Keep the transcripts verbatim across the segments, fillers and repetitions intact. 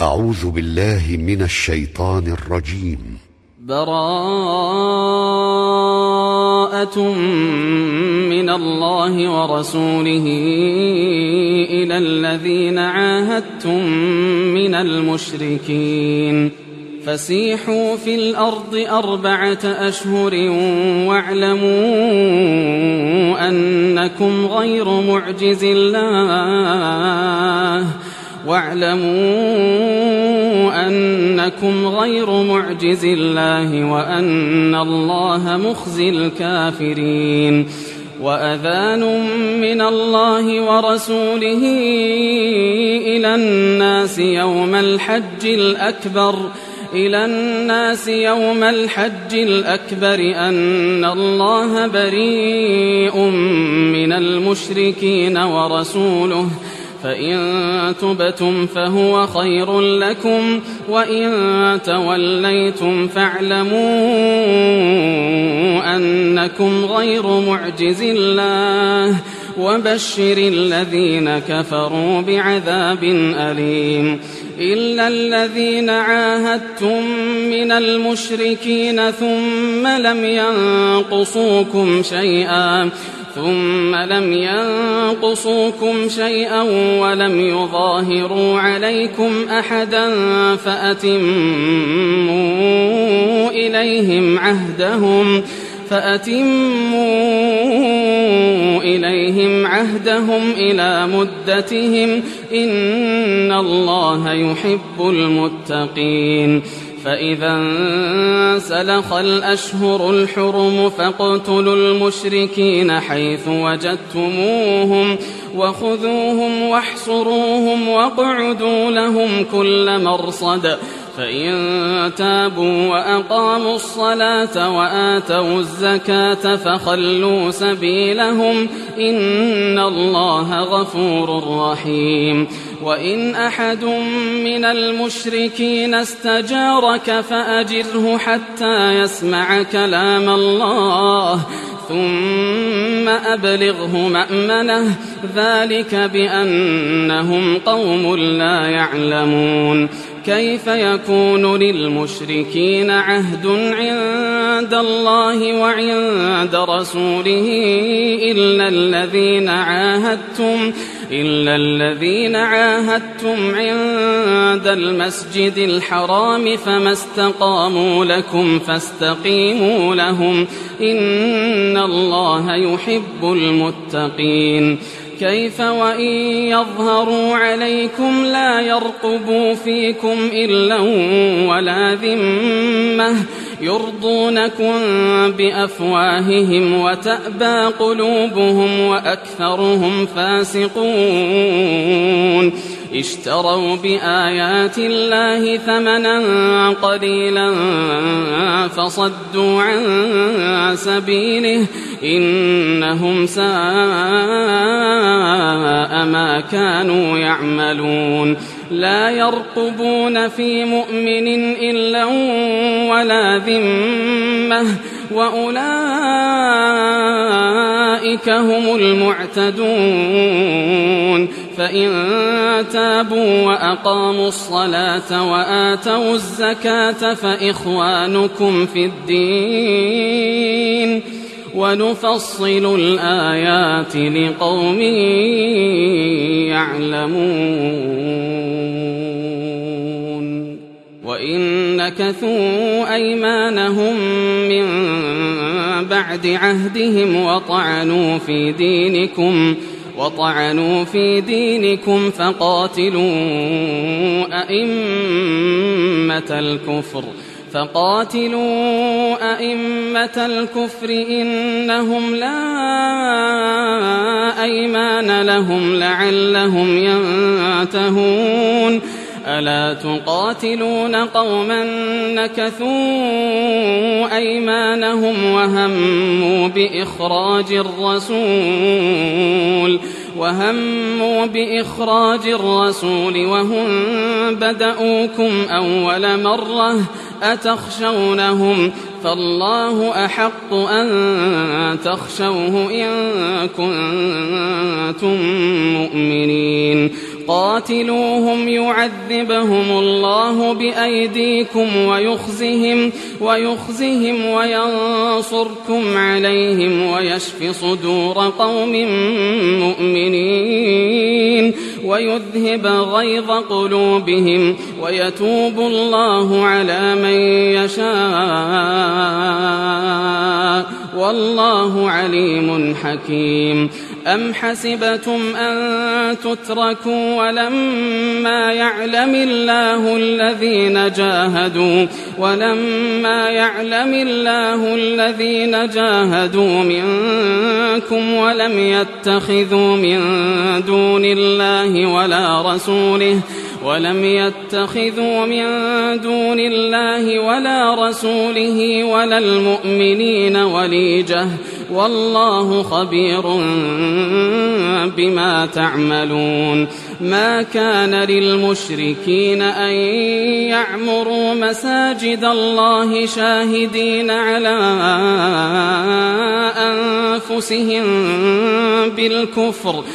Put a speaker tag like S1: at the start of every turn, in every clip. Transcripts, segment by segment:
S1: أعوذ بالله من الشيطان الرجيم.
S2: براءة من الله ورسوله إلى الذين عاهدتم من المشركين فسيحوا في الأرض أربعة أشهر واعلموا أنكم غير معجز الله واعلموا أنكم غير معجز الله وأن الله مخزي الكافرين. وأذان من الله ورسوله إلى الناس يوم الحج الأكبر إلى الناس يوم الحج الأكبر أن الله بريء من المشركين ورسوله فإن تبتم فهو خير لكم وإن توليتم فاعلموا أنكم غير معجز الله وبشر الذين كفروا بعذاب أليم. إلا الذين عاهدتم من المشركين ثم لم ينقصوكم شيئا ثم لم ينقصوكم شيئا ولم يظاهروا عليكم أحدا فأتموا إليهم عهدهم فأتموا إليهم عهدهم إلى مدتهم إن الله يحب المتقين. فإذا انسلخ الأشهر الحرم فاقتلوا المشركين حيث وجدتموهم وخذوهم واحصروهم واقعدوا لهم كل مرصد فإن تابوا وأقاموا الصلاة وآتوا الزكاة فخلوا سبيلهم إن الله غفور رحيم. وإن أحد من المشركين استجارك فأجره حتى يسمع كلام الله ثم أبلغه مأمنه ذلك بأنهم قوم لا يعلمون. كيف يكون للمشركين عهد عند الله وعند رسوله إلا الذين عاهدتم إلا الذين عاهدتم عند المسجد الحرام فما استقاموا لكم فاستقيموا لهم إن الله يحب المتقين. كيف وإن يظهروا عليكم لا يرقبوا فيكم إلا ولا ذمة يرضونكم بأفواههم وتأبى قلوبهم وأكثرهم فاسقون. اشتروا بآيات الله ثمنا قليلا فصدوا عن سبيله إنهم ساء ما كانوا يعملون. لا يرقبون في مؤمن إلا ولا ذمة وأولئك هم المعتدون. فإن تابوا وأقاموا الصلاة وآتوا الزكاة فإخوانكم في الدين ونفصل الآيات لقوم يعلمون. وإن نكثوا أيمانهم من بعد عهدهم وطعنوا في دينكم وطعنوا في دينكم فقاتلوا أئمة الكفر فقاتلوا أئمة الكفر إنهم لا أيمان لهم لعلهم ينتهون. ألا تقاتلون قوما نكثوا أيمانهم وهموا بإخراج الرسول وهموا بإخراج الرسول وهم بدأوكم أول مرة أتخشونهم فالله أحق أن تخشوه إن كنتم مؤمنين. قاتلوهم يعذبهم الله بأيديكم ويخزهم, ويخزهم وينصركم عليهم ويشف صدور قوم مؤمنين ويذهب غيظ قلوبهم ويتوب الله على من يشاء والله عليم حكيم. أم حسبتم أن تتركوا ولما يعلم الله الذين جاهدوا ولما يعلم الله الذين جاهدوا منكم ولم يتخذوا من دون الله ولا رسوله ولم يتخذوا من دون الله ولا رسوله ولا المؤمنين وليجة والله خبير بما تعملون. ما كان للمشركين أن يعمروا مساجد الله شاهدين على أنفسهم بالكفر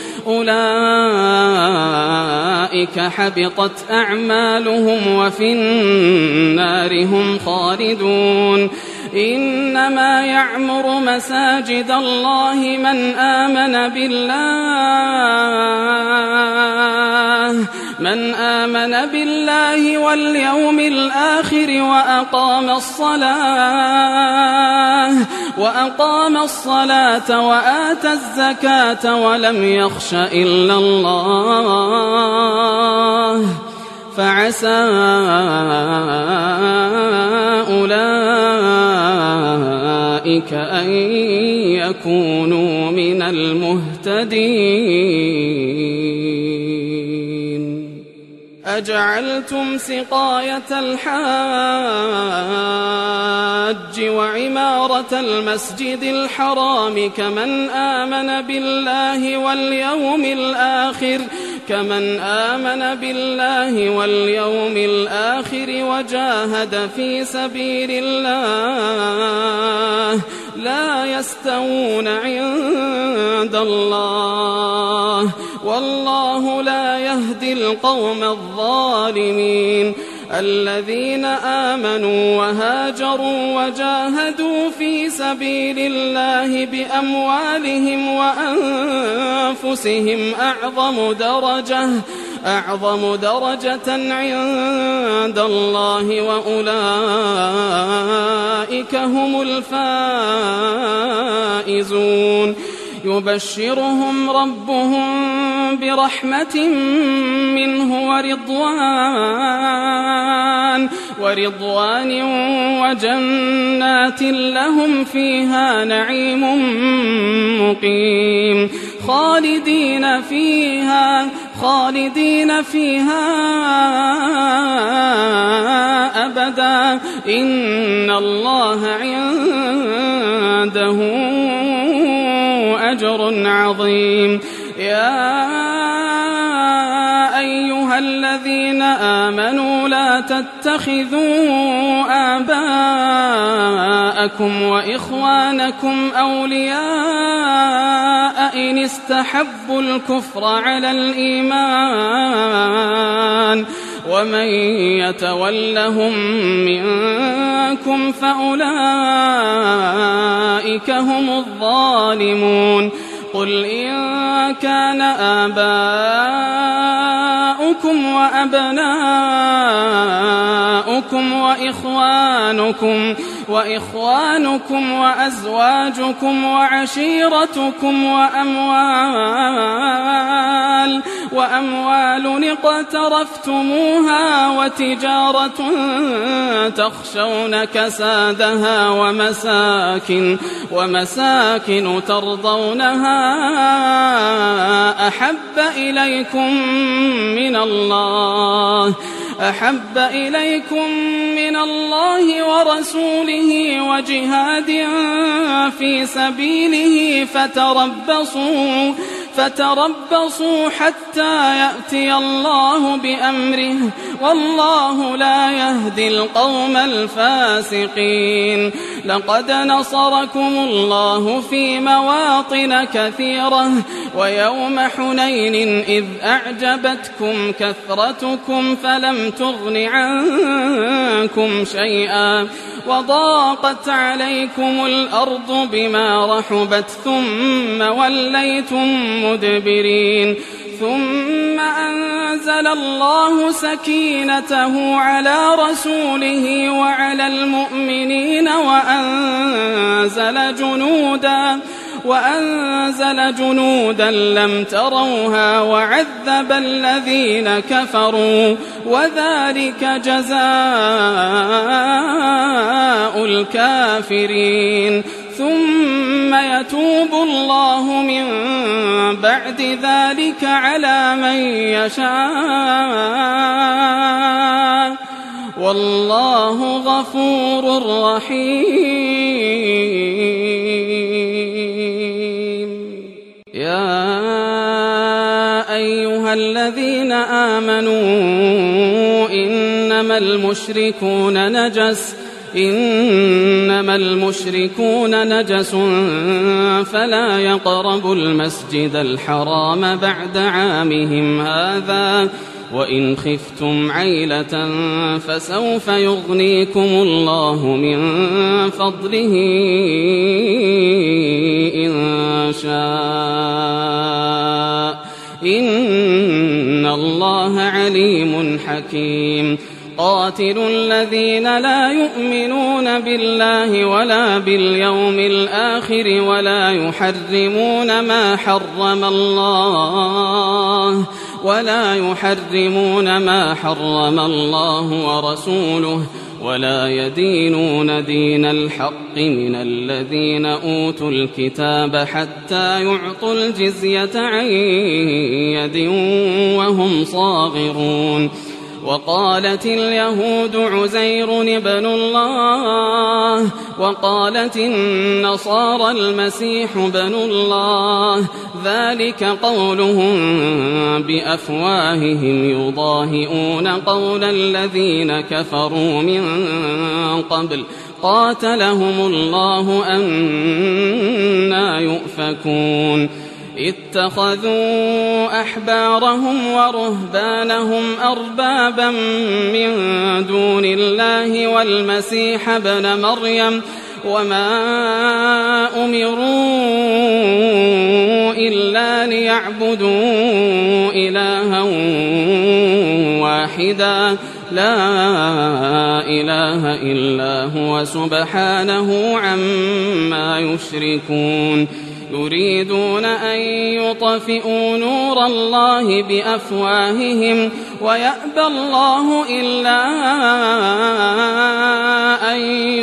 S2: أولئك حبطت أعمالهم وفي النار هم خالدون. إنما يعمر مساجد الله من آمن بالله من آمن بالله واليوم الآخر وأقام الصلاة وأقام الصلاة وآتى الزكاة ولم يخش إلا الله فعسى أولئك أن يكونوا من المهتدين. أجعلتم سقاية الحاج وعمارة المسجد الحرام كمن آمن بالله واليوم الآخر كمن آمن بالله واليوم الآخر وجاهد في سبيل الله لا يستوون عند الله والله لا يهدي القوم الظالمين. الذين آمنوا وهاجروا وجاهدوا في سبيل الله بأموالهم وأنفسهم أعظم درجة أعظم درجة عند الله وأولئك هم الفائزون. يبشرهم ربهم برحمة منه ورضوان ورضوان وجنات لهم فيها نعيم مقيم خالدين فيها خالدين فيها أبدا إن الله عنده أجر عظيم. يا أيها الذين آمنوا لا تتخذوا آباءكم وإخوانكم أولياء إن استحبوا الكفر على الإيمان ومن يتولهم منكم فأولئك هم الظالمون. قل إن كان آباؤكم وأبناؤكم وإخوانكم وإخوانكم وأزواجكم وعشيرتكم وأموال وأموال اقترفتموها وتجارة تخشون كسادها ومساكن ومساكن ترضونها أحب إليكم من الله أحب إليكم من الله ورسوله وجهاد في سبيله فتربصوا فتربصوا حتى يأتي الله بأمره والله لا يهدي القوم الفاسقين. لقد نصركم الله في مواطن كثيرة ويوم حنين إذ أعجبتكم كثرتكم فلم تغن عنكم شيئا وضاقت عليكم الأرض بما رحبت ثم وليتم مدبرين ثم أنزل الله سكينته على رسوله وعلى المؤمنين وأنزل جنودا وأنزل جنودا لم تروها وعذب الذين كفروا وذلك جزاء الكافرين ثم يتوب الله من بعد ذلك على من يشاء والله غفور رحيم. يا أيها الذين آمنوا إنما المشركون نجس إنما المشركون نجس فلا يقربوا المسجد الحرام بعد عامهم هذا وإن خفتم عيلة فسوف يغنيكم الله من فضله إن شاء إن الله عليم حكيم. قاتلوا الذين لا يؤمنون بالله ولا باليوم الآخر ولا يحرمون ما حرم الله ولا يحرمون ما حرم الله ورسوله ولا يدينون دين الحق من الذين أوتوا الكتاب حتى يعطوا الجزية عن يد وهم صاغرون. وقالت اليهود عزير ابن الله وقالت النصارى المسيح ابن الله ذلك قولهم بأفواههم يضاهئون قول الذين كفروا من قبل قاتلهم الله أنى يؤفكون. اتخذوا أحبارهم ورهبانهم أربابا من دون الله والمسيح ابن مريم وما أمروا إلا ليعبدوا إلها واحدا لا إله إلا هو سبحانه عما يشركون. يريدون أن يطفئوا نور الله بأفواههم ويأبى الله إلا أن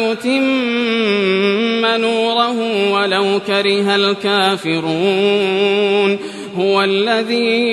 S2: يتم نوره ولو كره الكافرون. هو الذي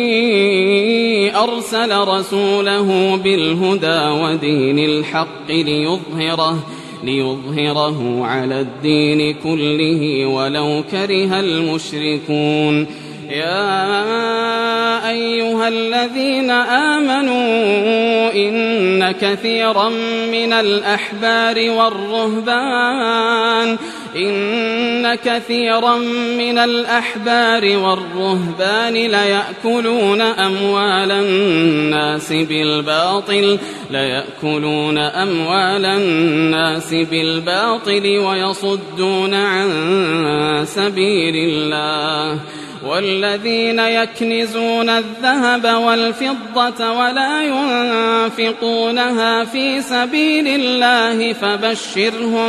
S2: أرسل رسوله بالهدى ودين الحق ليظهره ليظهره على الدين كله ولو كره المشركون. يا أيها الذين آمنوا إن كثيرا من الأحبار والرهبان إن كثيرا من الأحبار والرهبان ليأكلون أموال الناس بالباطل ليأكلون أموال الناس بالباطل ويصدون عن سبيل الله. والذين يكنزون الذهب والفضة ولا ينفقونها في سبيل الله فبشرهم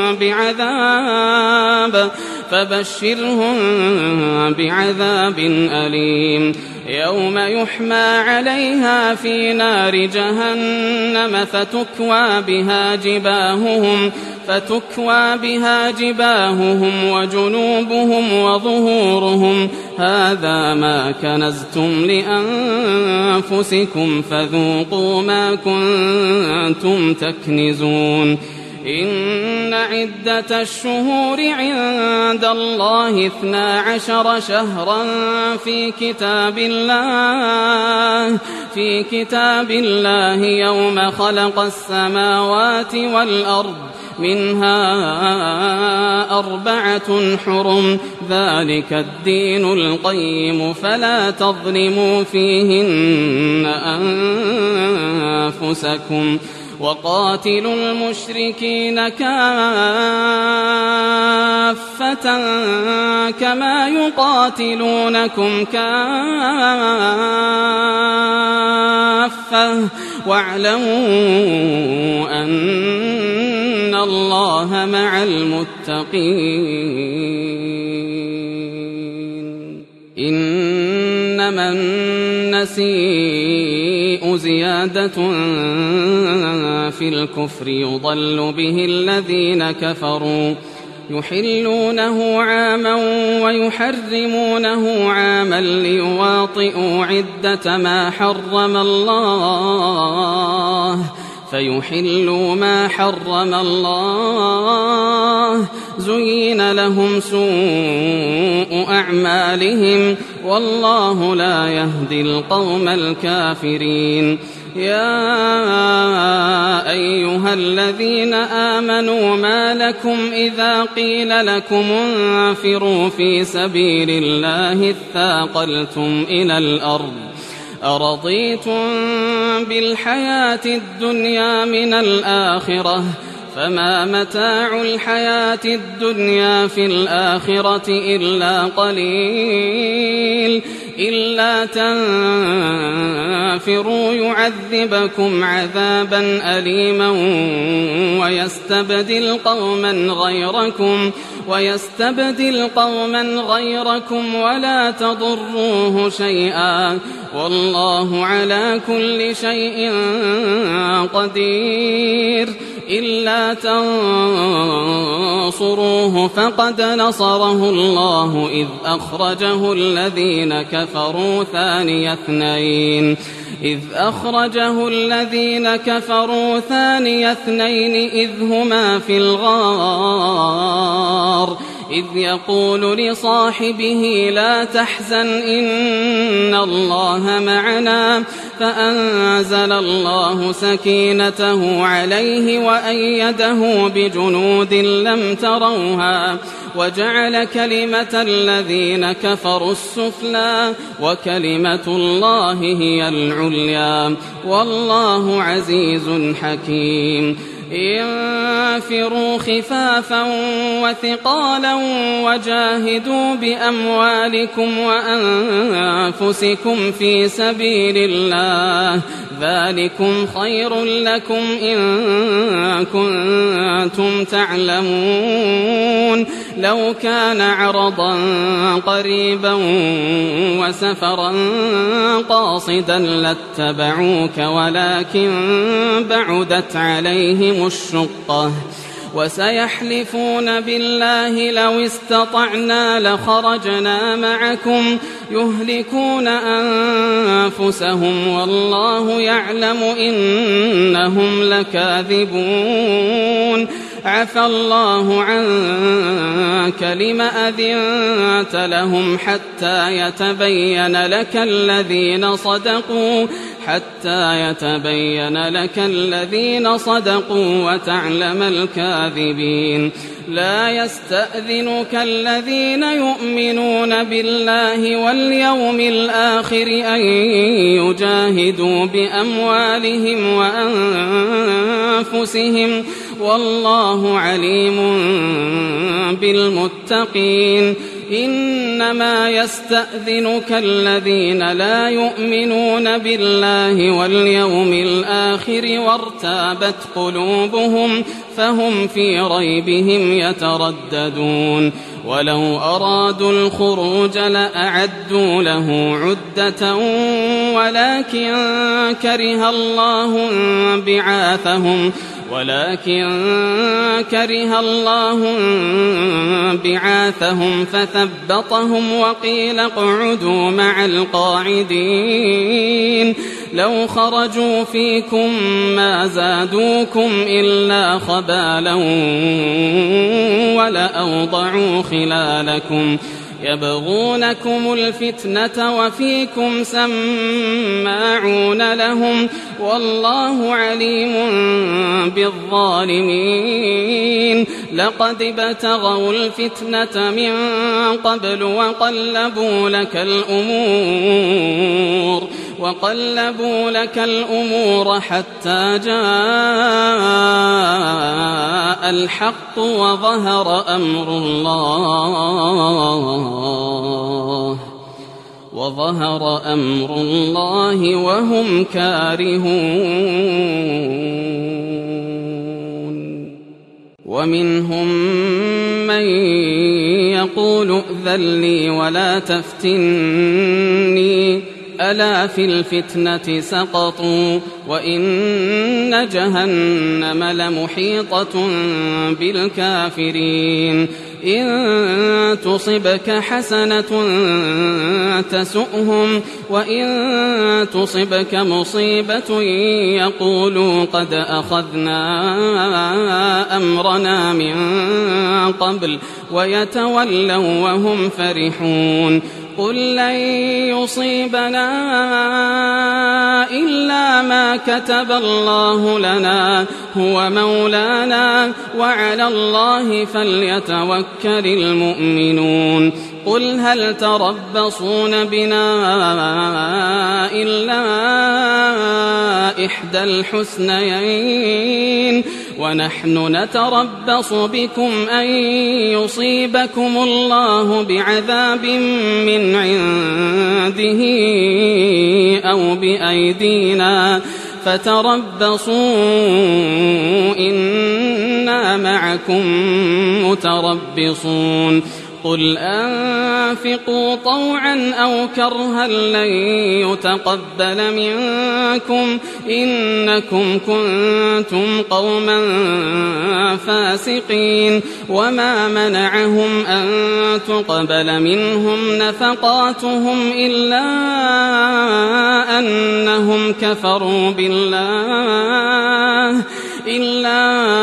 S2: بعذاب فبشرهم بعذاب أليم. يوم يحمى عليها في نار جهنم فتكوى بها جباههم فتكوى بها جباههم وجنوبهم وظهورهم هذا ما كنزتم لأنفسكم فذوقوا ما كنتم تكنزون. إن عدة الشهور عند الله اثنا عشر شهرا في كتاب الله في كتاب الله يوم خلق السماوات والأرض منها أربعة حرم ذلك الدين القيم فلا تظلموا فيهن أنفسكم وقاتلوا المشركين كافة كما يقاتلونكم كافة واعلموا أن الله مع المتقين. إنما النسيء زيادة في الكفر يضل به الذين كفروا يحلونه عاما ويحرمونه عاما ليواطئوا عدة ما حرم الله فيحلوا ما حرم الله زين لهم سوء أعمالهم والله لا يهدي القوم الكافرين. يا أيها الذين آمنوا ما لكم إذا قيل لكم انفروا في سبيل الله اثاقلتم إلى الأرض أرضيتم بالحياة الدنيا من الآخرة فما متاع الحياة الدنيا في الآخرة إلا قليل إلا تنفروا يعذبكم عذابا أليما ويستبدل قوما غيركم ويستبدل قوما غيركم ولا تضروه شيئا والله على كل شيء قدير. إلا تنصروه فقد نصره الله إذ أخرجه الذين كفروا ثاني اثنين إذ أخرجه الذين كفروا ثاني اثنين إذ هما في الغار إذ يقول لصاحبه لا تحزن إن الله معنا فأنزل الله سكينته عليه وأيده بجنود لم تروها وجعل كلمة الذين كفروا السفلى وكلمة الله هي العليا والله عزيز حكيم. انفروا خفافا وثقالا وجاهدوا بأموالكم وأنفسكم في سبيل الله ذلكم خير لكم إن كنتم تعلمون. لو كان عرضا قريبا وسفرا قاصدا لاتبعوك ولكن بعدت عليهم الشقة وسيحلفون بالله لو استطعنا لخرجنا معكم يهلكون أنفسهم والله يعلم إنهم لكاذبون. عفى الله عنك لم أذنت لهم حتى يتبين لك الذين صدقوا حتى يتبين لك الذين صدقوا وتعلم الكاذبين. لا يستأذنك الذين يؤمنون بالله واليوم الآخر أن يجاهدوا بأموالهم وأنفسهم والله عليم بالمتقين. إنما يستأذنك الذين لا يؤمنون بالله واليوم الآخر وارتابت قلوبهم فهم في ريبهم يترددون. ولو أرادوا الخروج لأعدوا له عدة ولكن كره الله بعاثهم ولكن كره الله بعاثهم فثبطهم وقيل اقعدوا مع القاعدين لو خرجوا فيكم ما زادوكم إلا خبالا ولأوضعوا خلالكم يبغونكم الفتنة وفيكم سماعون لهم والله عليم بالظالمين لقد ابتغوا الفتنة من قبل وقلبوا لك الأمور وقلبوا لك الأمور حتى جاء الحق وظهر أمر الله وظهر أمر الله وهم كارهون ومنهم من يقول ائذن لي ولا تفتني ألا في الفتنة سقطوا وإن جهنم لمحيطة بالكافرين إن تصبك حسنة تسؤهم وإن تصبك مصيبة يقولوا قد أخذنا أمرنا من قبل ويتولوا وهم فرحون قل لن يصيبنا إلا ما كتب الله لنا هو مولانا وعلى الله فليتوكل المؤمنون قل هل تربصون بنا إلا إحدى الحسنيين ونحن نتربص بكم أن يصيبكم الله بعذاب من عنده أو بأيدينا فتربصوا إنا معكم متربصون قل أنفقوا طوعا أو كرها لن يتقبل منكم إنكم كنتم قوما فاسقين وما منعهم أن تقبل منهم نفقاتهم إلا أنهم كفروا بالله إلا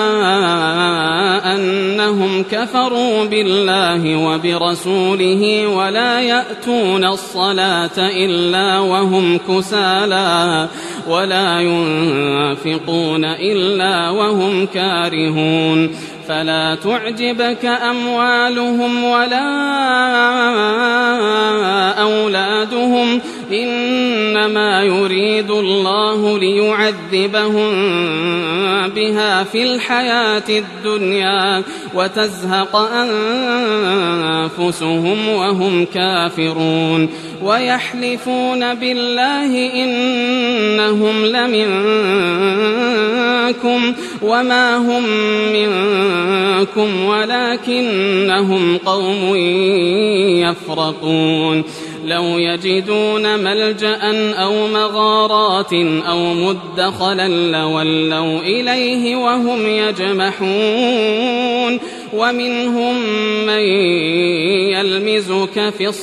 S2: أنهم كفروا بالله وبرسوله ولا يأتون الصلاة إلا وهم كسالى ولا ينفقون إلا وهم كارهون فلا تعجبك أموالهم ولا أولادهم إنما يريد الله ليعذبهم بها في الحياة الدنيا وتزهق أنفسهم وهم كافرون ويحلفون بالله إنهم لمنكم وما هم منكم ولكنهم قوم يفرقون لو يجدون ملجأ أو مغارات أو مدخلا لولوا إليه وهم يجمحون ومنهم من يلمزك في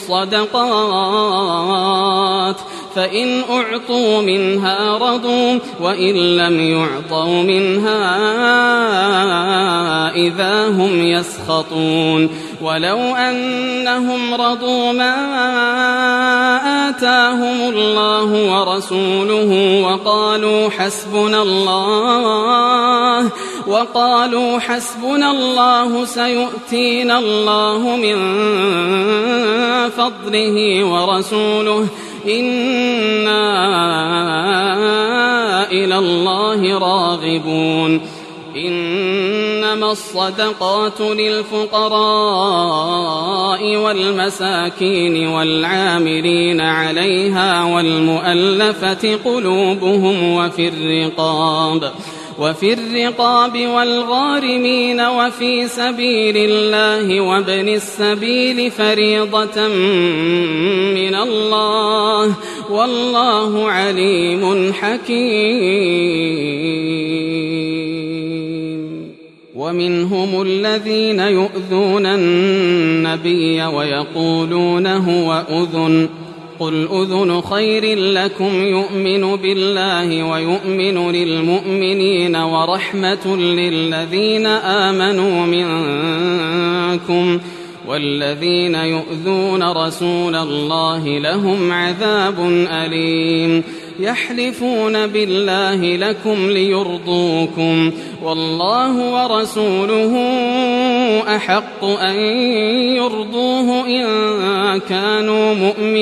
S2: الصدقات فإن أعطوا منها رضوا وإن لم يعطوا منها إذا هم يسخطون ولو أنهم رضوا ما آتاهم الله ورسوله وقالوا حسبنا الله وقالوا حسبنا الله سيؤتينا الله من فضله ورسوله إنا إلى الله راغبون إنما الصدقات للفقراء والمساكين والعاملين عليها والمؤلفة قلوبهم وفي الرقاب وفي الرقاب والغارمين وفي سبيل الله وابن السبيل فريضة من الله والله عليم حكيم. ومنهم الذين يؤذون النبي ويقولون هو أذن قل أذن خير لكم يؤمن بالله ويؤمن للمؤمنين ورحمة للذين آمنوا منكم والذين يؤذون رسول الله لهم عذاب أليم يحلفون بالله لكم ليرضوكم والله ورسوله أحق أن يرضوه إن كانوا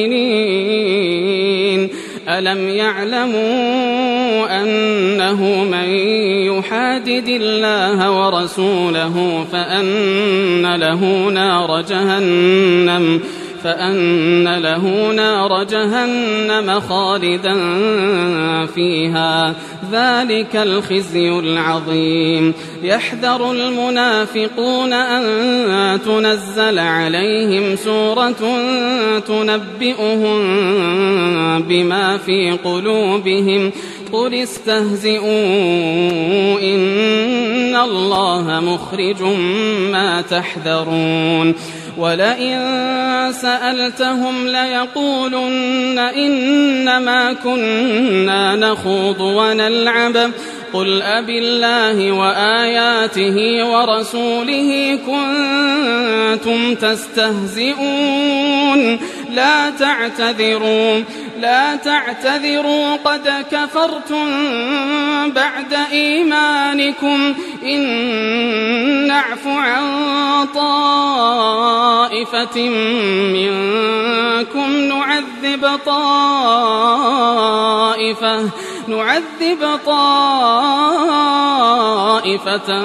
S2: مؤمنين ألم يعلموا أنه من يحادد الله ورسوله فأن له نار جهنم فأن له نار جهنم خالدا فيها ذلك الخزي العظيم يحذر المنافقون أن تنزل عليهم سورة تنبئهم بما في قلوبهم قل استهزئوا إن الله مخرج ما تحذرون ولئن سألتهم ليقولن إنما كنا نخوض ونلعب قل أبالله وآياته ورسوله كنتم تستهزئون لا تعتذروا لا تعتذروا قد كفرتم بعد إيمانكم إن نعف عن طائفة منكم نعذب طائفة نعذب طائفة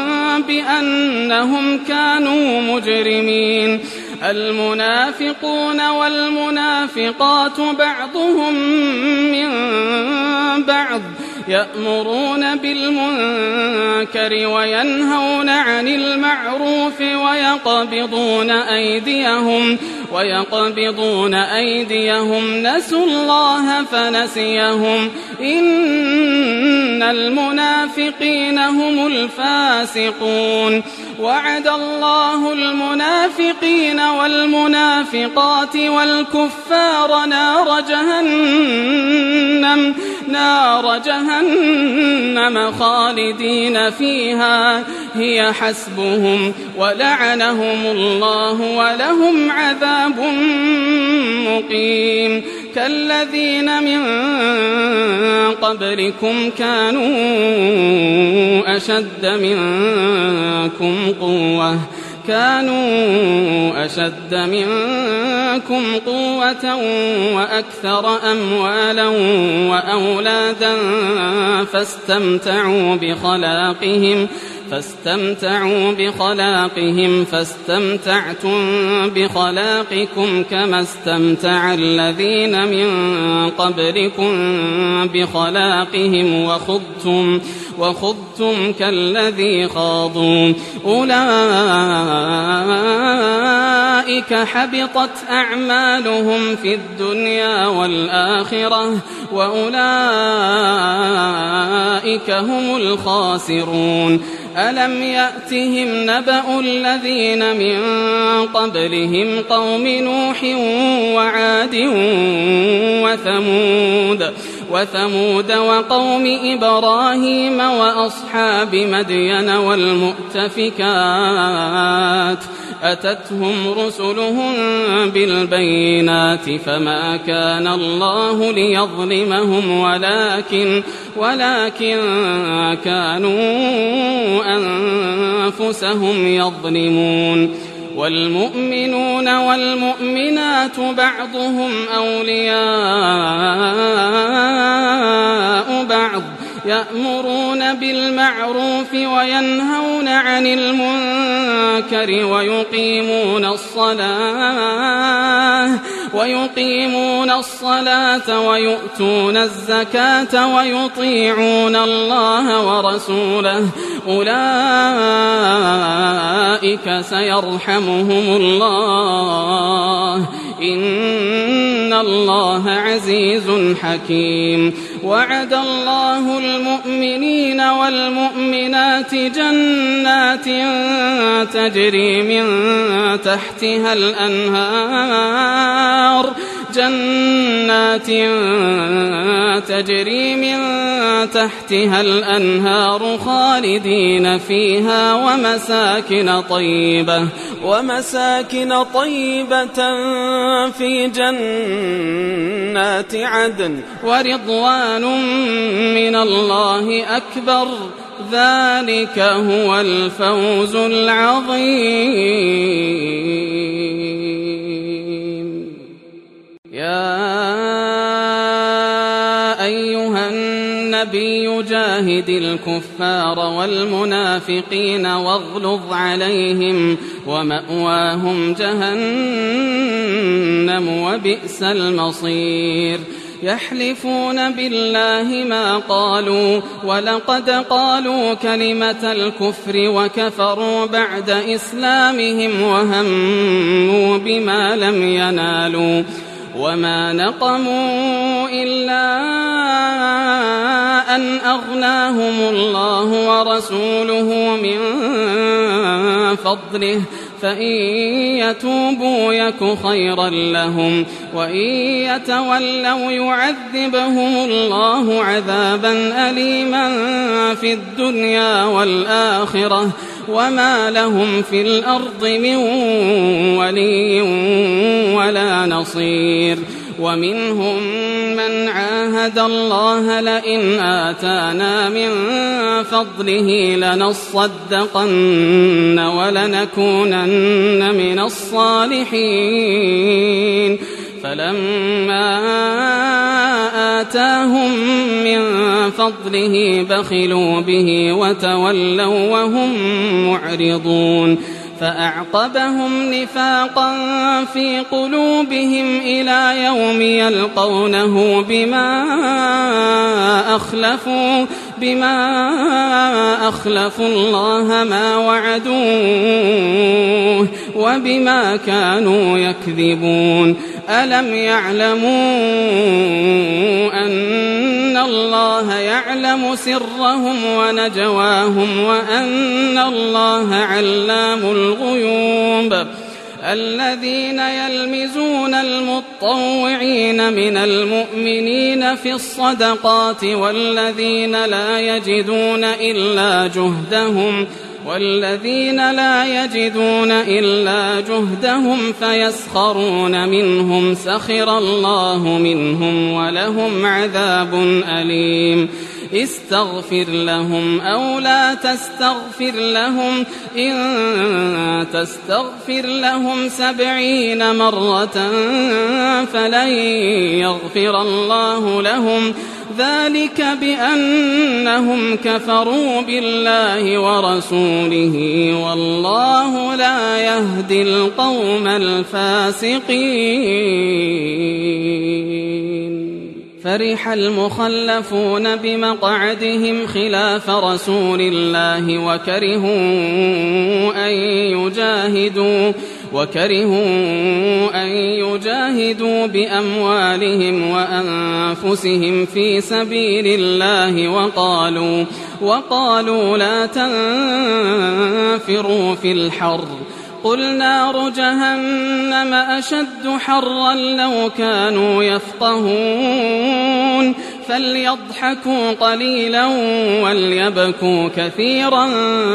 S2: بأنهم كانوا مجرمين المنافقون والمنافقات بعضهم من بعض يأمرون بالمنكر وينهون عن المعروف ويقبضون أيديهم ويقبضون أيديهم نسوا الله فنسيهم إن المنافقين هم الفاسقون وعد الله المنافقين والمنافقات والكفار نار جهنم نار جهنم خالدين فيها هي حسبهم ولعنهم الله ولهم عذاب مقيم كالذين من قبلكم كانوا أشد منكم قوة كانوا أشد منكم قوة وأكثر أموالا وأولادا فاستمتعوا بخلاقهم فاستمتعوا بخلاقهم فاستمتعتم بخلاقكم كما استمتع الذين من قبلكم بخلاقهم وخضتم وخضتم كالذي خاضوا أولئك حبطت أعمالهم في الدنيا والآخرة وأولئك هم الخاسرون ألم يأتهم نبأ الذين من قبلهم قوم نوح وعاد وثمود وثمود وقوم إبراهيم وأصحاب مدين والمؤتفكات أتتهم رسلهم بالبينات فما كان الله ليظلمهم ولكن ولكن كانوا أنفسهم يظلمون والمؤمنون والمؤمنات بعضهم أولياء بعض يأمرون بالمعروف وينهون عن المنكر ويقيمون الصلاة ويقيمون الصلاة ويؤتون الزكاة ويطيعون الله ورسوله أولئك سيرحمهم الله إن الله عزيز حكيم. وعد الله المؤمنين والمؤمنات جنات تجري من تحتها الأنهار جنات تجري من تحتها الأنهار خالدين فيها ومساكن طيبة ومساكن طيبة في جنات عدن ورضوان من الله أكبر ذلك هو الفوز العظيم. يا أيها النبي جاهد الكفار والمنافقين واغلظ عليهم ومأواهم جهنم وبئس المصير. يحلفون بالله ما قالوا ولقد قالوا كلمة الكفر وكفروا بعد إسلامهم وهموا بما لم ينالوا وما نقموا إلا أن أغناهم الله ورسوله من فضله فإن يتوبوا يك خيرا لهم وإن يتولوا يعذبهم الله عذابا أليما في الدنيا والآخرة وما لهم في الأرض من ولي ولا نصير. ومنهم من عاهد الله لئن آتانا من فضله لنصدقن ولنكونن من الصالحين فلما آتاهم من فضله بخلوا به وتولوا وهم معرضون. فأعقبهم نفاقا في قلوبهم إلى يوم يلقونه بما أخلفوا بما أخلفوا الله ما وعدوه وبما كانوا يكذبون. ألم يعلموا أن الله يعلم سرهم ونجواهم وأن الله علام الغيوب. الذين يلمزون المطوعين من المؤمنين في الصدقات والذين لا يجدون إلا جهدهم والذين لا يجدون إلا جهدهم فيسخرون منهم سخر الله منهم ولهم عذاب أليم. استغفر لهم أو لا تستغفر لهم إن تستغفر لهم سبعين مرة فلن يغفر الله لهم ذلك بأنهم كفروا بالله ورسوله والله لا يهدي القوم الفاسقين. فرح المخلفون بمقعدهم خلاف رسول الله وكرهوا أن يجاهدوا وكرهوا أن يجاهدوا بأموالهم وأنفسهم في سبيل الله وقالوا وقالوا لا تنفروا في الحر قل نار جهنم أشد حرا لو كانوا يفقهون فليضحكوا قليلا وليبكوا كثيرا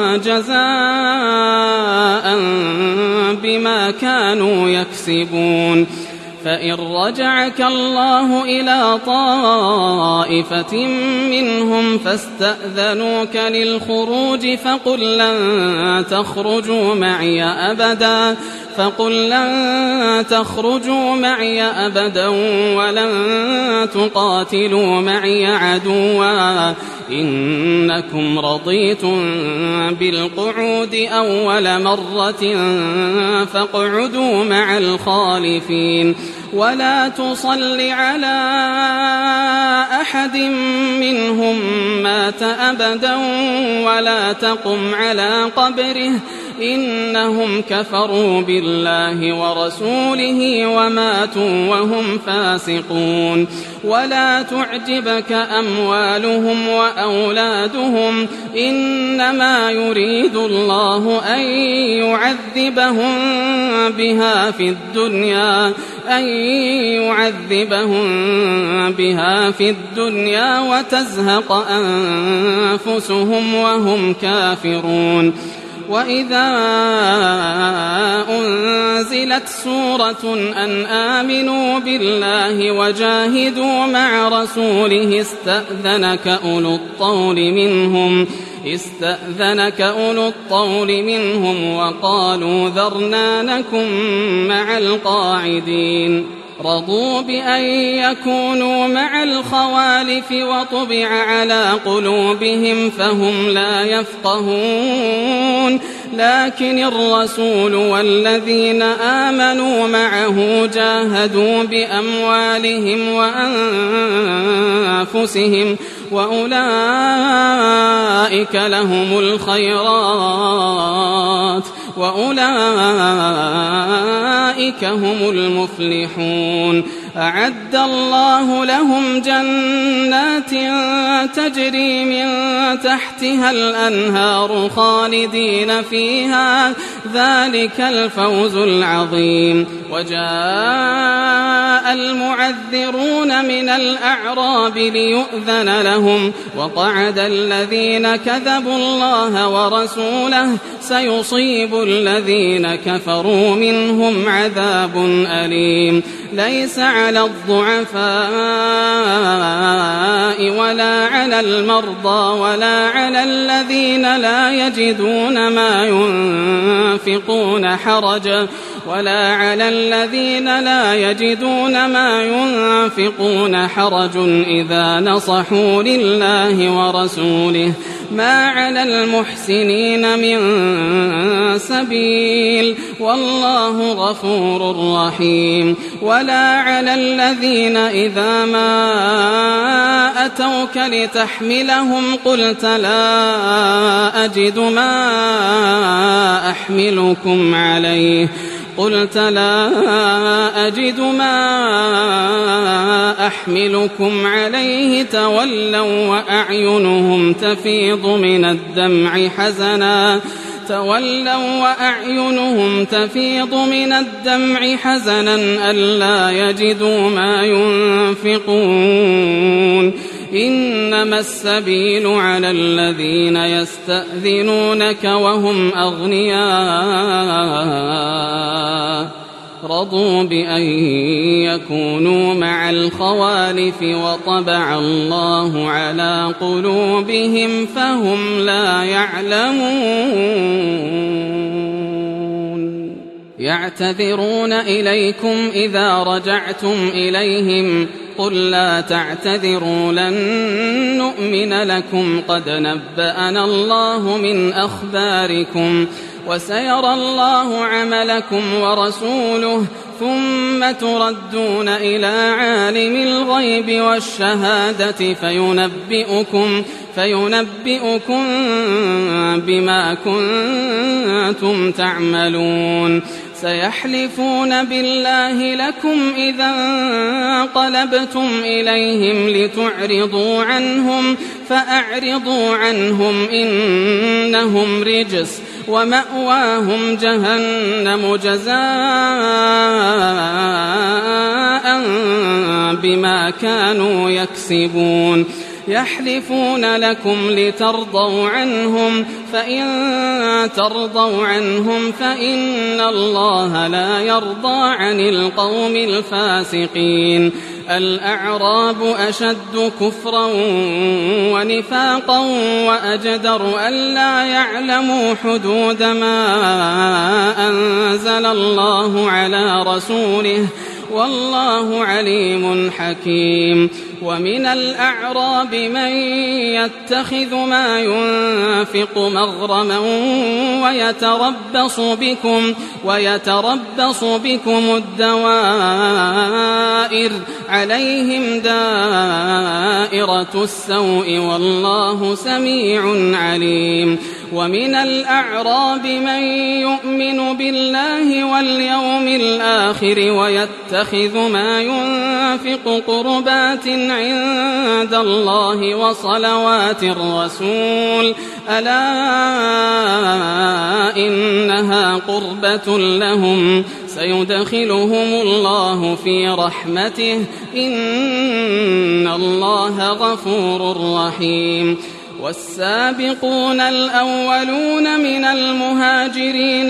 S2: جزاء بما كانوا يكسبون. فإن رجعك الله إلى طائفة منهم فاستأذنوك للخروج فقل لن تخرجوا معي أبدا فقل لن تخرجوا معي أبدا ولن تقاتلوا معي عدوا إنكم رضيتم بالقعود أول مرة فاقعدوا مع الخالفين ولا تصل على أحد منهم مات أبدا ولا تقم على قبره إنهم كفروا بالله ورسوله وماتوا وهم فاسقون. ولا تعجبك أموالهم وأولادهم إنما يريد الله أن يعذبهم بها في الدنيا أن يعذبهم بها في الدنيا وتزهق أنفسهم وهم كافرون. وإذا أنزلت سورة أن آمنوا بالله وجاهدوا مع رسوله استأذنك أولو الطول منهم استأذنك أولو الطول منهم وقالوا ذرنا نكن مع القاعدين. رضوا بأن يكونوا مع الخوالف وطبع على قلوبهم فهم لا يفقهون. لكن الرسول والذين آمنوا معه جاهدوا بأموالهم وأنفسهم وأولئك لهم الخيرات وأولئك هم المفلحون. أعد الله لهم جنات تجري من تحتها الأنهار خالدين فيها ذلك الفوز العظيم. وجاء المعذرون من الأعراب ليؤذن لهم وقعد الذين كذبوا الله ورسوله سيصيب الذين كفروا منهم عذاب أليم. ليس على الضعفاء ولا على المرضى ولا على الذين لا يجدون ما ينفقون حرج ولا على الذين لا يجدون ما ينفقون حرج إذا نصحوا لله ورسوله ما على المحسنين من سبيل والله غفور رحيم. ولا على الذين إذا ما أتوك لتحملهم قلت لا أجد ما أحملكم عليه قلت لا أجد ما أحملكم عليه تولوا وأعينهم تفيض من الدمع حزنا تولوا وأعينهم تفيض من الدمع حزنا ألا يجدوا ما ينفقون. إنما السبيل على الذين يستأذنونك وهم أغنياء رضوا بأن يكونوا مع الخوالف وطبع الله على قلوبهم فهم لا يعلمون. يعتذرون إليكم إذا رجعتم إليهم قل لا تعتذروا لن نؤمن لكم قد نبأنا الله من أخباركم وسيرى الله عملكم ورسوله ثم تردون إلى عالم الغيب والشهادة فينبئكم فينبئكم بما كنتم تعملون. سيحلفون بالله لكم إذا انقلبتم إليهم لتعرضوا عنهم فأعرضوا عنهم إنهم رجس ومأواهم جهنم جزاء بما كانوا يكسبون. يحلفون لكم لترضوا عنهم فإن ترضوا ونههم فإن الله لا يرضى عن القوم الفاسقين. الأعراب أشد كفرا ونفاقا وأجدر ألا يعلموا حدود ما أنزل الله على رسوله والله عليم حكيم. ومن الأعراب من يتخذ ما ينفق مغرما ويتربص بكم ويتربص بكم الدوائر عليهم دائرة السوء والله سميع عليم. ومن الأعراب من يؤمن بالله واليوم الآخر ويتخذ ما ينفق قربات عند الله وصلوات الرسول ألا إنها قربة لهم سيدخلهم الله في رحمته إن الله غفور رحيم والسابقون الأولون من المهاجرين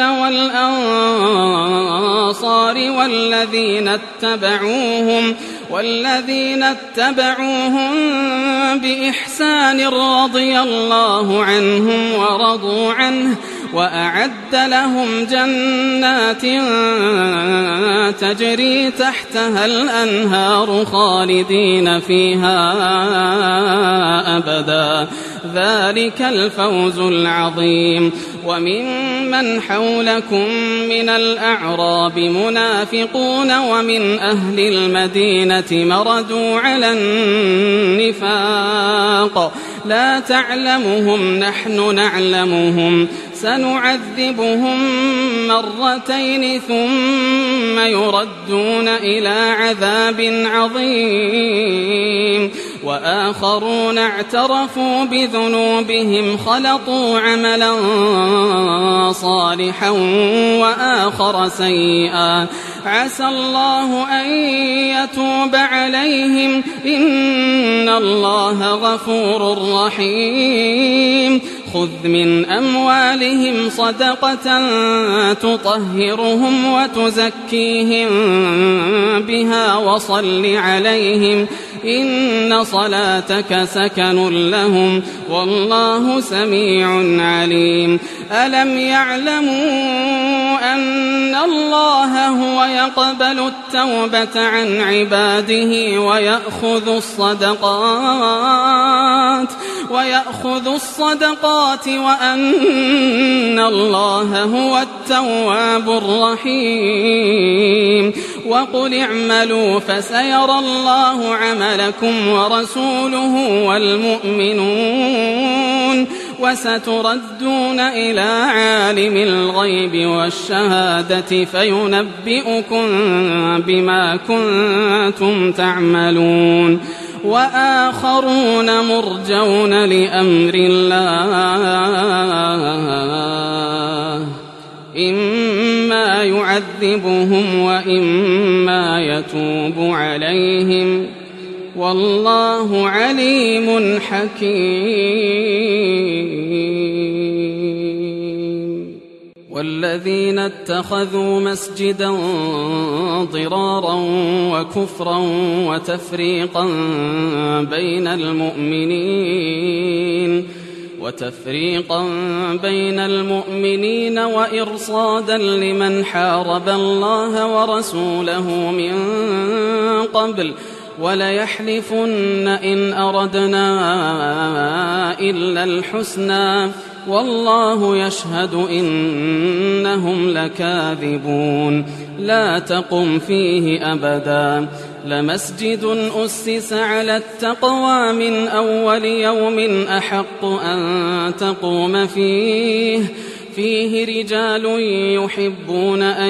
S2: والأنصار والذين اتبعوهم والذين اتبعوهم بإحسان رضي الله عنهم ورضوا عنه وأعد لهم جنات تجري تحتها الأنهار خالدين فيها أبدا ذلك الفوز العظيم وممن حولكم من الأعراب منافقون ومن أهل المدينة مردوا على النفاق لا تعلمهم نحن نعلمهم سنعذبهم مرتين ثم يردون إلى عذاب عظيم وآخرون اعترفوا بذنوبهم خلطوا عملا صالحا وآخر سيئا عسى الله أن يتوب عليهم إن الله غفور رحيم خذ من أموالهم صدقة تطهرهم وتزكيهم بها وصل عليهم إن صلاتك سكن لهم والله سميع عليم ألم يعلموا أن الله هو يقبل التوبة عن عباده ويأخذ الصدقات ويأخذ الصدقات وأن الله هو التواب الرحيم وقل اعملوا فسيرى الله عملكم ورسوله والمؤمنون وستردون إلى عالم الغيب والشهادة فينبئكم بما كنتم تعملون وآخرون مرجون لأمر الله إما يعذبهم وإما يتوب عليهم والله عليم حكيم والذين اتخذوا مسجدا ضرارا وكفرا وتفريقا بين المؤمنين وتفريقا بين المؤمنين وإرصادا لمن حارب الله ورسوله من قبل وليحلفن إن أردنا إلا الحسنى والله يشهد إنهم لكاذبون لا تقم فيه أبدا لمسجد أسس على التقوى من أول يوم أحق أن تقوم فيه فيه رجال يحبون أن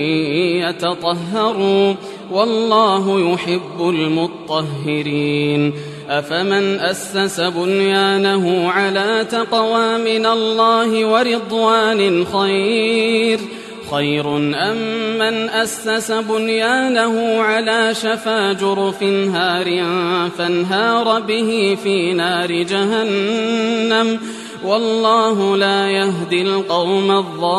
S2: يتطهروا والله يحب المطهرين أفمن أسس بنيانه على تقوى من الله ورضوان خير خير أم من أسس بنيانه على شفا جرف هار فانهار به في نار جهنم والله لا يهدي القوم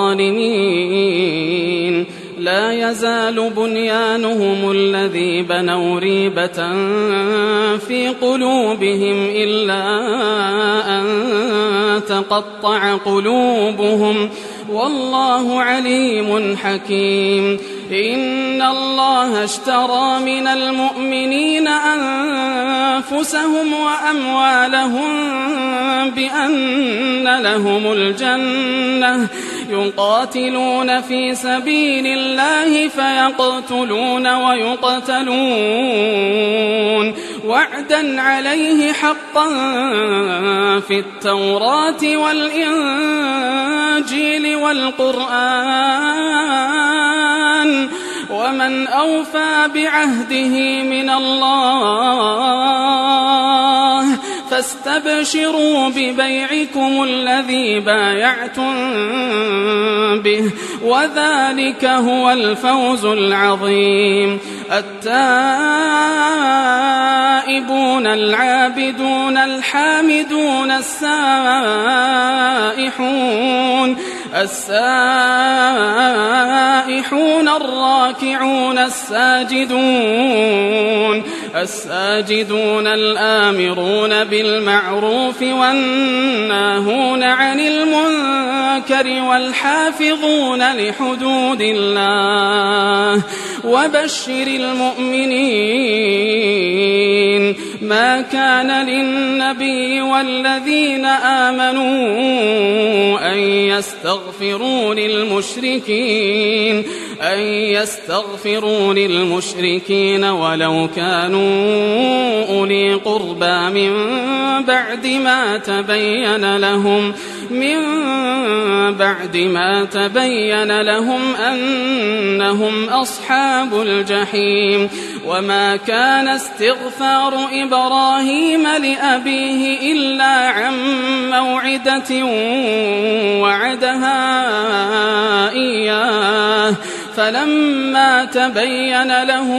S2: الظالمين لا يزال بنيانهم الذي بنوا ريبة في قلوبهم إلا أن تقطع قلوبهم والله عليم حكيم إن الله اشترى من المؤمنين أنفسهم وأموالهم بأن لهم الجنة يقاتلون في سبيل الله فيقتلون ويقتلون وعدا عليه حقا في التوراة والإنجيل والقرآن ومن أوفى بعهده من الله فاستبشروا ببيعكم الذي بايعتم به وذلك هو الفوز العظيم. التائبون العابدون الحامدون السائحون السائحون الراكعون الساجدون الساجدون الآمرون بالمعروف والناهون عن المنكر والحافظون لحدود الله وبشر المؤمنين. ما كان للنبي والذين آمنوا أن يستغفروا للمشركين أن يستغفروا للمشركين ولو كانوا أولي قربى من بعد ما تبين لهم من بعد ما تبين لهم أنهم أصحاب الجحيم. وما كان استغفار إبراهيم لأبيه إلا عن موعدة وعدها إياه فلما تبين له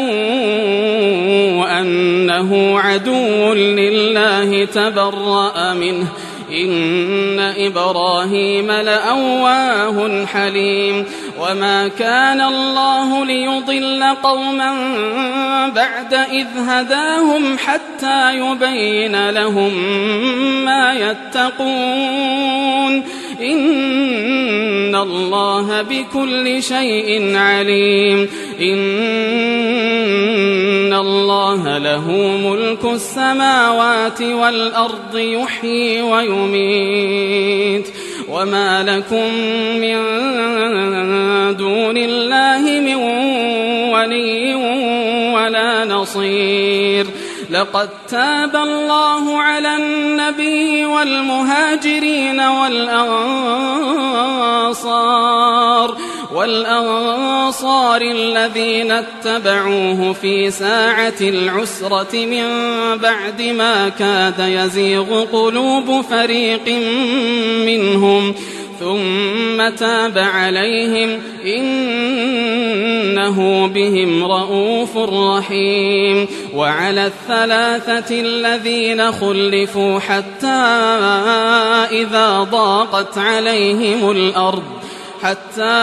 S2: أنه عدو لله تبرأ منه إن إبراهيم لأواه حليم. وما كان الله ليضل قوما بعد إذ هداهم حتى يبين لهم ما يتقون إن الله بكل شيء عليم. إن الله له ملك السماوات والأرض يحيي ويميت وما لكم من دون الله من ولي ولا نصير. لقد تاب الله على النبي والمهاجرين والأنصار والأنصار الذين اتبعوه في ساعة العسرة من بعد ما كاد يزيغ قلوب فريق منهم ثم تاب عليهم إنه بهم رؤوف رحيم. وعلى الثلاثة الذين خلفوا حتى إذا ضاقت عليهم الأرض حتى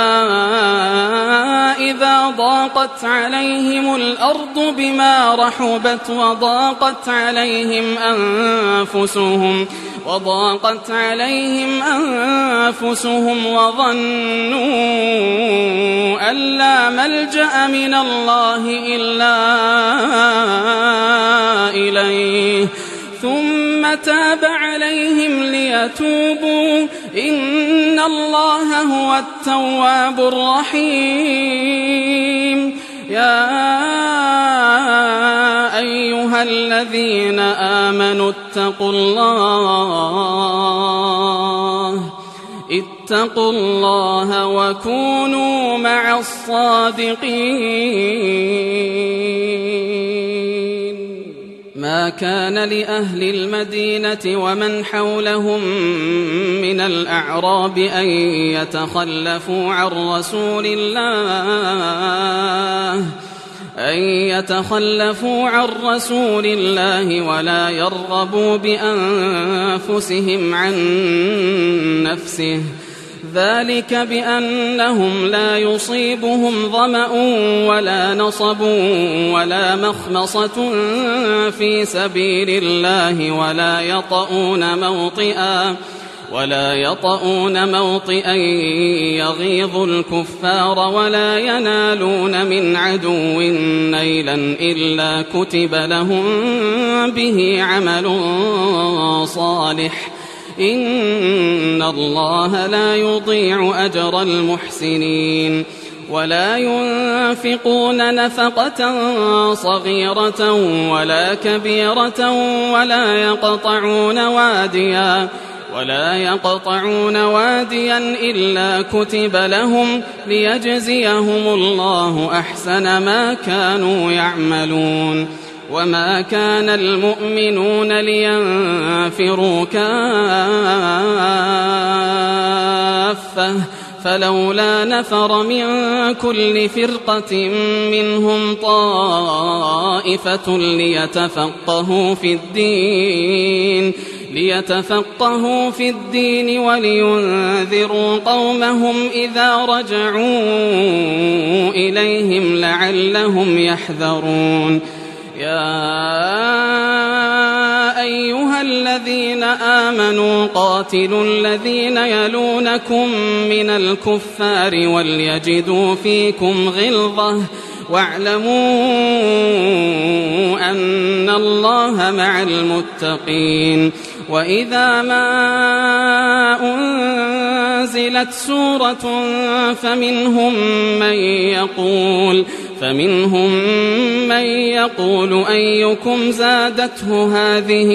S2: إذا ضاقت عليهم الأرض بما رحبت وضاقت عليهم أنفسهم وضاقت عليهم أنفسهم وظنوا أن لا ملجأ من الله إلا إليه ثم تاب عليهم ليتوبوا إن الله هو التواب الرحيم. يا أيها الذين آمنوا اتقوا الله اتقوا الله وكونوا مع الصادقين. ما كان لأهل المدينة ومن حولهم من الأعراب أن يتخلفوا عن رسول الله أن يتخلفوا عن رسول الله ولا يرغبوا بأنفسهم عن نفسه ذلك بأنهم لا يصيبهم ظمأ ولا نصب ولا مخمصة في سبيل الله ولا يطؤون موطئا ولا يطؤون موطئا يغيظ الكفار ولا ينالون من عدو نيلا إلا كتب لهم به عمل صالح إن الله لا يضيع أجر المحسنين ولا ينفقون نفقة صغيرة ولا كبيرة ولا يقطعون واديا ولا يقطعون واديا إلا كتب لهم ليجزيهم الله أحسن ما كانوا يعملون وما كان المؤمنون لينفروا كافة فلولا نفر من كل فرقة منهم طائفة ليتفقهوا في الدين ليتفقهوا في الدين ولينذروا قومهم إذا رجعوا إليهم لعلهم يحذرون يا أيها الذين آمنوا قاتلوا الذين يلونكم من الكفار وليجدوا فيكم غلظة واعلموا أن الله مع المتقين وإذا ما أنزلت سورة فمنهم من يقول فمنهم من يقول أيكم زادته هذه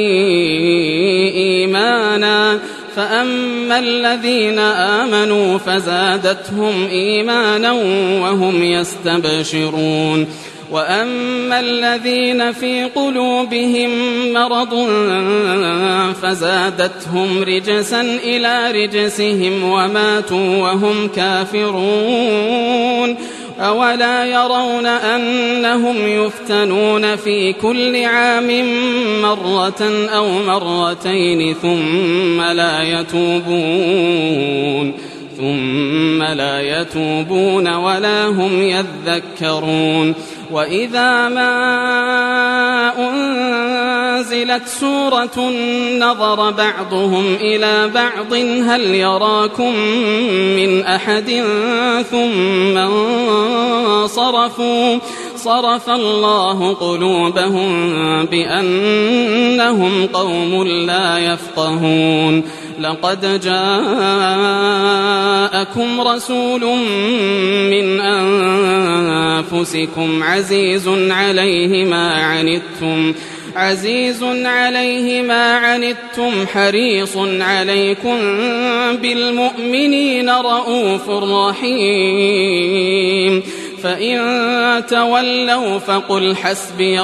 S2: إيمانا فأما الذين آمنوا فزادتهم إيمانا وهم يستبشرون وأما الذين في قلوبهم مرض فزادتهم رجسا إلى رجسهم وماتوا وهم كافرون أولا يرون أنهم يفتنون في كل عام مرة أو مرتين ثم لا يتوبون ثم لا يتوبون ولا هم يذكرون وإذا ما أنزلت سورة نظر بعضهم إلى بعض هل يراكم من أحد ثم انصرفوا صرف الله قلوبهم بأنهم قوم لا يفقهون لقد جاءكم رسول من أنفسكم عزيز عليه ما عنتم عزيز عليه ما عنتم حريص عليكم بالمؤمنين رؤوف رحيم فإن تولوا فقل حسبي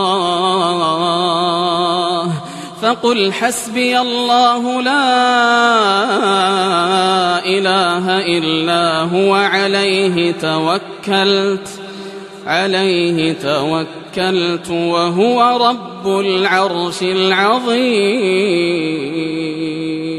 S2: الله فقل حسبي الله لا إله إلا هو عليه توكلت عليه توكلت وهو رب العرش العظيم.